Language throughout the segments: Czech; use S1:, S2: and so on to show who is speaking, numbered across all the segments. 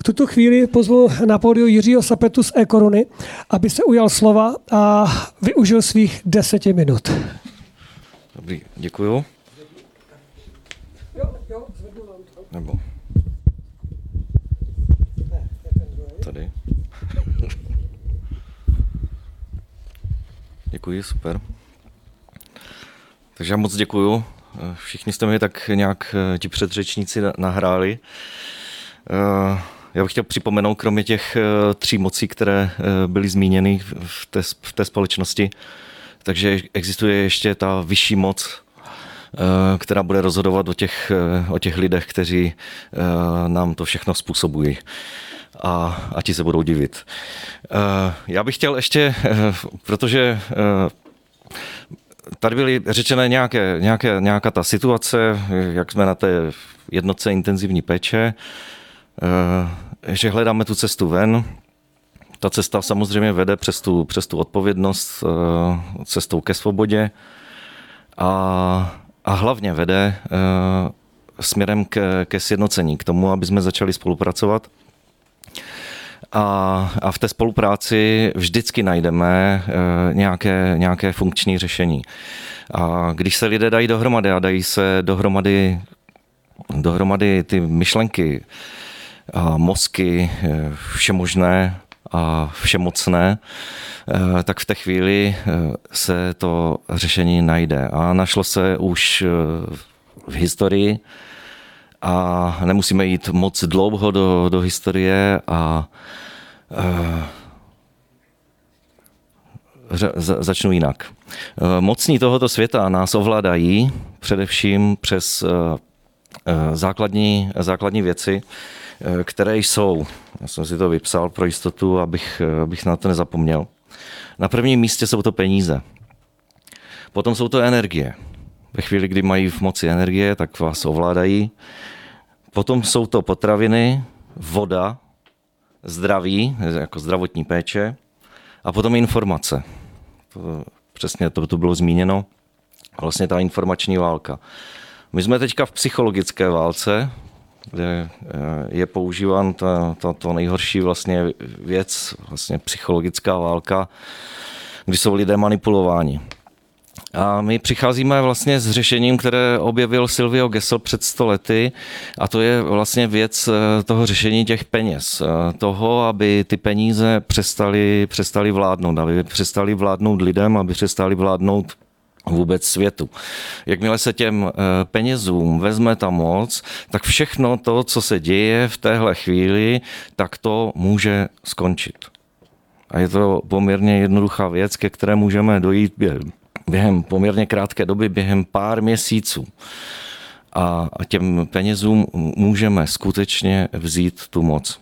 S1: tuto chvíli pozvu na pódium Jiřího Sapetu z eKoruny, aby se ujal slova a využil svých 10 minut.
S2: Dobrý, děkuju. Nebo tady. Děkuji, super. Takže já moc děkuju. Všichni jste mi tak nějak ti předřečníci nahráli. Já bych chtěl připomenout, kromě těch 3 mocí, které byly zmíněny v té společnosti, takže existuje ještě ta vyšší moc, která bude rozhodovat o těch lidech, kteří nám to všechno způsobují. A ti se budou divit. Já bych chtěl ještě, protože tady byly řečené nějaká ta situace, jak jsme na té jednotce intenzivní péče, že hledáme tu cestu ven. Ta cesta samozřejmě vede přes tu odpovědnost cestou ke svobodě a hlavně vede směrem ke sjednocení, k tomu, aby jsme začali spolupracovat. A v té spolupráci vždycky najdeme nějaké funkční řešení. A když se lidé dají dohromady a dají se dohromady ty myšlenky, a mozky, všemožné a všemocné, tak v té chvíli se to řešení najde. A našlo se už v historii a nemusíme jít moc dlouho do historie a začnu jinak. Mocní tohoto světa nás ovládají především přes základní věci, které jsou, já jsem si to vypsal pro jistotu, abych na to nezapomněl. Na prvním místě jsou to peníze. Potom jsou to energie. Ve chvíli, kdy mají v moci energie, tak vás ovládají. Potom jsou to potraviny, voda, zdraví, jako zdravotní péče, a potom informace. Přesně to bylo zmíněno. Vlastně ta informační válka. My jsme teďka v psychologické válce, kde je používán to nejhorší vlastně věc, vlastně psychologická válka, kdy jsou lidé manipulováni. A my přicházíme vlastně s řešením, které objevil Silvio Gesell před 100 lety, a to je vlastně věc toho řešení těch peněz. Toho, aby ty peníze přestali vládnout, aby přestali vládnout lidem, aby přestali vládnout vůbec světu. Jakmile se těm penězům vezme ta moc, tak všechno to, co se děje v téhle chvíli, tak to může skončit. A je to poměrně jednoduchá věc, ke které můžeme dojít během poměrně krátké doby, během pár měsíců. A těm penězům můžeme skutečně vzít tu moc.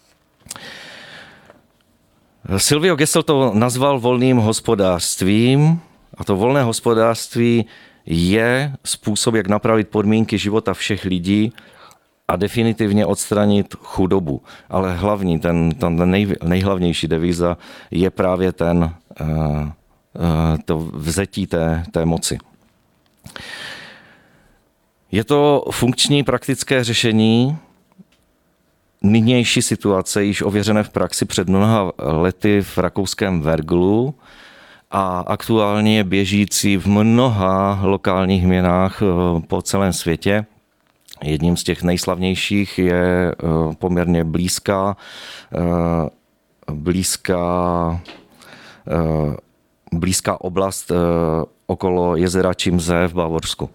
S2: Silvio Gesell to nazval volným hospodářstvím, a to volné hospodářství je způsob, jak napravit podmínky života všech lidí a definitivně odstranit chudobu. Ale hlavní, nejhlavnější devíza je právě to vzetí té moci. Je to funkční praktické řešení nynější situace, již ověřené v praxi před mnoha lety v rakouském Verglu a aktuálně běžící v mnoha lokálních měnách po celém světě. Jedním z těch nejslavnějších je poměrně blízká oblast okolo jezera Chiemsee v Bavorsku.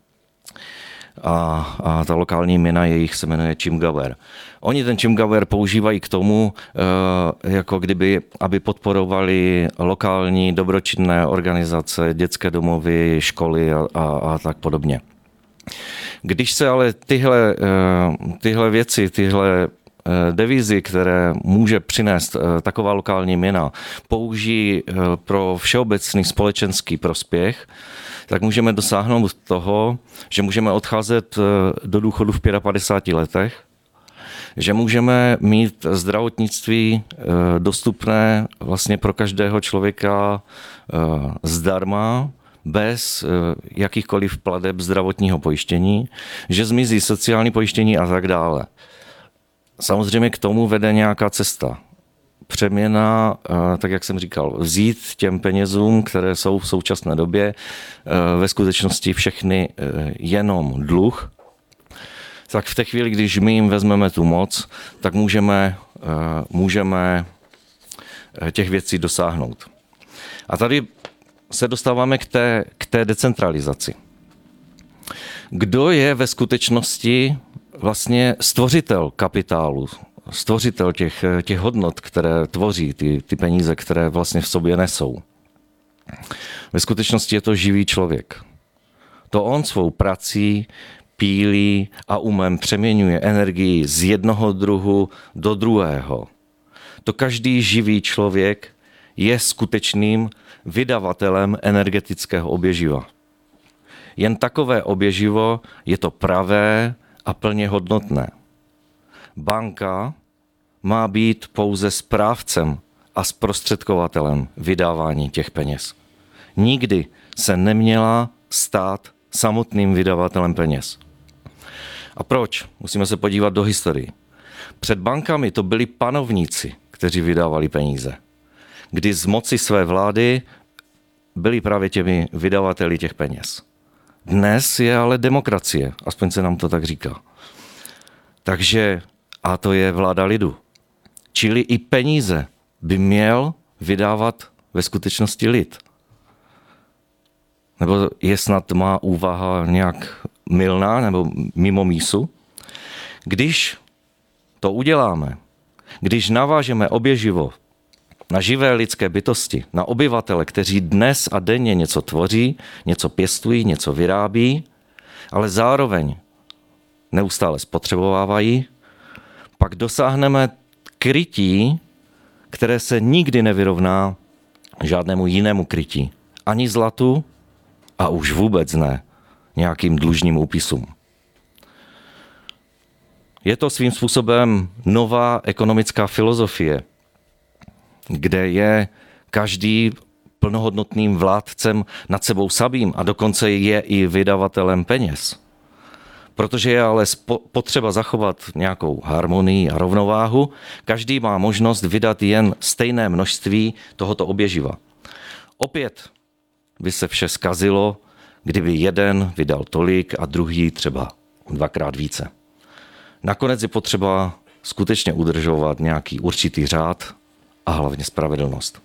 S2: A ta lokální měna jejich se jmenuje Chiemgauer. Oni ten Chiemgauer používají k tomu, jako kdyby, aby podporovali lokální dobročinné organizace, dětské domovy, školy a tak podobně. Když se ale tyhle věci, tyhle devízy, které může přinést taková lokální měna, použijí pro všeobecný společenský prospěch, tak můžeme dosáhnout toho, že můžeme odcházet do důchodu v 55 letech, že můžeme mít zdravotnictví dostupné vlastně pro každého člověka zdarma, bez jakýchkoliv plateb zdravotního pojištění, že zmizí sociální pojištění a tak dále. samozřejmě k tomu vede nějaká cesta. Přeměna, tak jak jsem říkal, vzít těm penězům, které jsou v současné době ve skutečnosti všechny jenom dluh, tak v té chvíli, když my jim vezmeme tu moc, tak můžeme těch věcí dosáhnout. A tady se dostáváme k té decentralizaci. Kdo je ve skutečnosti vlastně stvořitel kapitálu, stvořitel těch hodnot, které tvoří ty peníze, které vlastně v sobě nesou? Ve skutečnosti je to živý člověk. To on svou prací pílí a umem přeměňuje energii z jednoho druhu do druhého. To každý živý člověk je skutečným vydavatelem energetického oběživa. Jen takové oběživo je to pravé a plně hodnotné. Banka má být pouze správcem a zprostředkovatelem vydávání těch peněz. Nikdy se neměla stát samotným vydavatelem peněz. A proč? Musíme se podívat do historie. Před bankami to byli panovníci, kteří vydávali peníze, kdy z moci své vlády byli právě těmi vydavateli těch peněz. Dnes je ale demokracie, aspoň se nám to tak říká. Takže, a to je vláda lidu. Čili i peníze by měl vydávat ve skutečnosti lid. Nebo je snad má úvaha nějak mylná nebo mimo mísu? Když to uděláme, když navážeme oběživo na živé lidské bytosti, na obyvatele, kteří dnes a denně něco tvoří, něco pěstují, něco vyrábí, ale zároveň neustále spotřebovávají, pak dosáhneme krytí, které se nikdy nevyrovná žádnému jinému krytí. Ani zlatu a už vůbec ne nějakým dlužním úpisům. Je to svým způsobem nová ekonomická filozofie, kde je každý plnohodnotným vládcem nad sebou samým a dokonce je i vydavatelem peněz. Protože je ale potřeba zachovat nějakou harmonii a rovnováhu, každý má možnost vydat jen stejné množství tohoto oběživa. Opět by se vše zkazilo, kdyby jeden vydal tolik a druhý třeba dvakrát více. Nakonec je potřeba skutečně udržovat nějaký určitý řád a hlavně spravedlnost.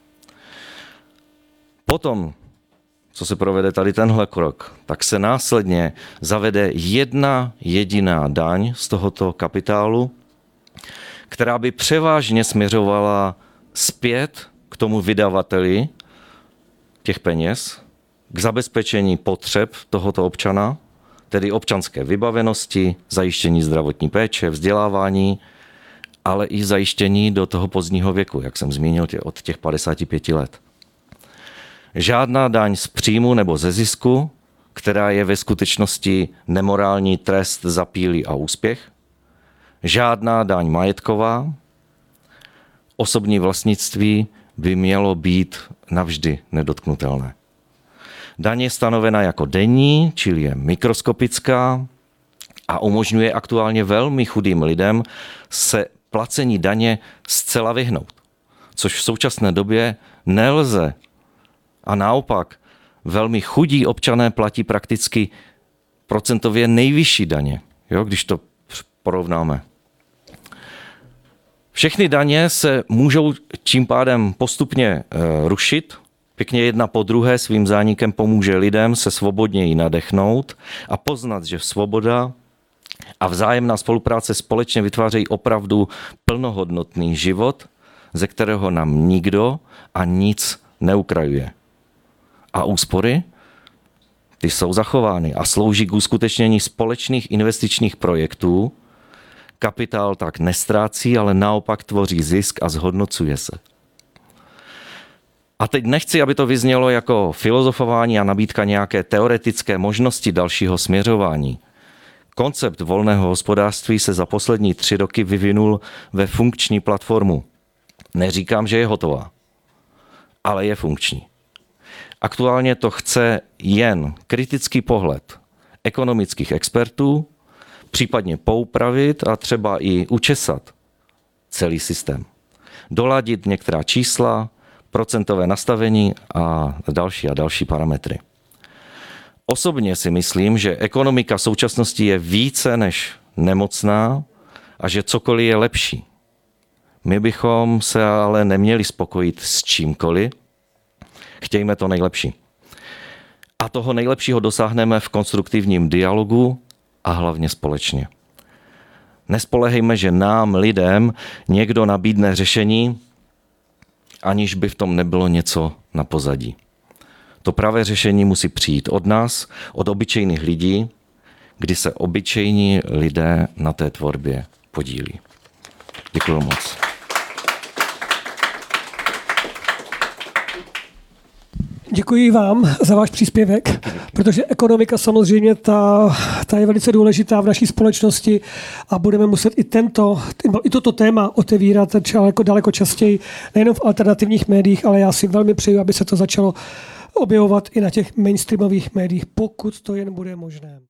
S2: Potom, co se provede tady tenhle krok, tak se následně zavede jedna jediná daň z tohoto kapitálu, která by převážně směřovala zpět k tomu vydavateli těch peněz, k zabezpečení potřeb tohoto občana, tedy občanské vybavenosti, zajištění zdravotní péče, vzdělávání, ale i zajištění do toho pozdního věku, jak jsem zmínil, od těch 55 let. Žádná daň z příjmu nebo ze zisku, která je ve skutečnosti nemorální trest za píli a úspěch. Žádná daň majetková. Osobní vlastnictví by mělo být navždy nedotknutelné. Daň je stanovena jako denní, čili je mikroskopická a umožňuje aktuálně velmi chudým lidem se placení daně zcela vyhnout, což v současné době nelze. A naopak, velmi chudí občané platí prakticky procentově nejvyšší daně, když to porovnáme. Všechny daně se můžou tím pádem postupně rušit. Pěkně jedna po druhé svým zánikem pomůže lidem se svobodněji nadechnout a poznat, že svoboda a vzájemná spolupráce společně vytvářejí opravdu plnohodnotný život, ze kterého nám nikdo a nic neukrajuje. A úspory? Ty jsou zachovány a slouží k uskutečnění společných investičních projektů. Kapitál tak nestrácí, ale naopak tvoří zisk a zhodnocuje se. A teď nechci, aby to vyznělo jako filozofování a nabídka nějaké teoretické možnosti dalšího směřování. Koncept volného hospodářství se za poslední 3 roky vyvinul ve funkční platformu. Neříkám, že je hotová, ale je funkční. Aktuálně to chce jen kritický pohled ekonomických expertů, případně poupravit a třeba i učesat celý systém. Doladit některá čísla, procentové nastavení a další parametry. Osobně si myslím, že ekonomika současnosti je více než nemocná a že cokoliv je lepší. My bychom se ale neměli spokojit s čímkoliv, chtějme to nejlepší. A toho nejlepšího dosáhneme v konstruktivním dialogu a hlavně společně. Nespoléhejme, že nám, lidem, někdo nabídne řešení, aniž by v tom nebylo něco na pozadí. To pravé řešení musí přijít od nás, od obyčejných lidí, kdy se obyčejní lidé na té tvorbě podílí. Děkuji moc.
S1: Děkuji vám za váš příspěvek, protože ekonomika samozřejmě ta je velice důležitá v naší společnosti a budeme muset i toto téma otevírat daleko častěji, nejenom v alternativních médiích, ale já si velmi přeju, aby se to začalo objevovat i na těch mainstreamových médiích, pokud to jen bude možné.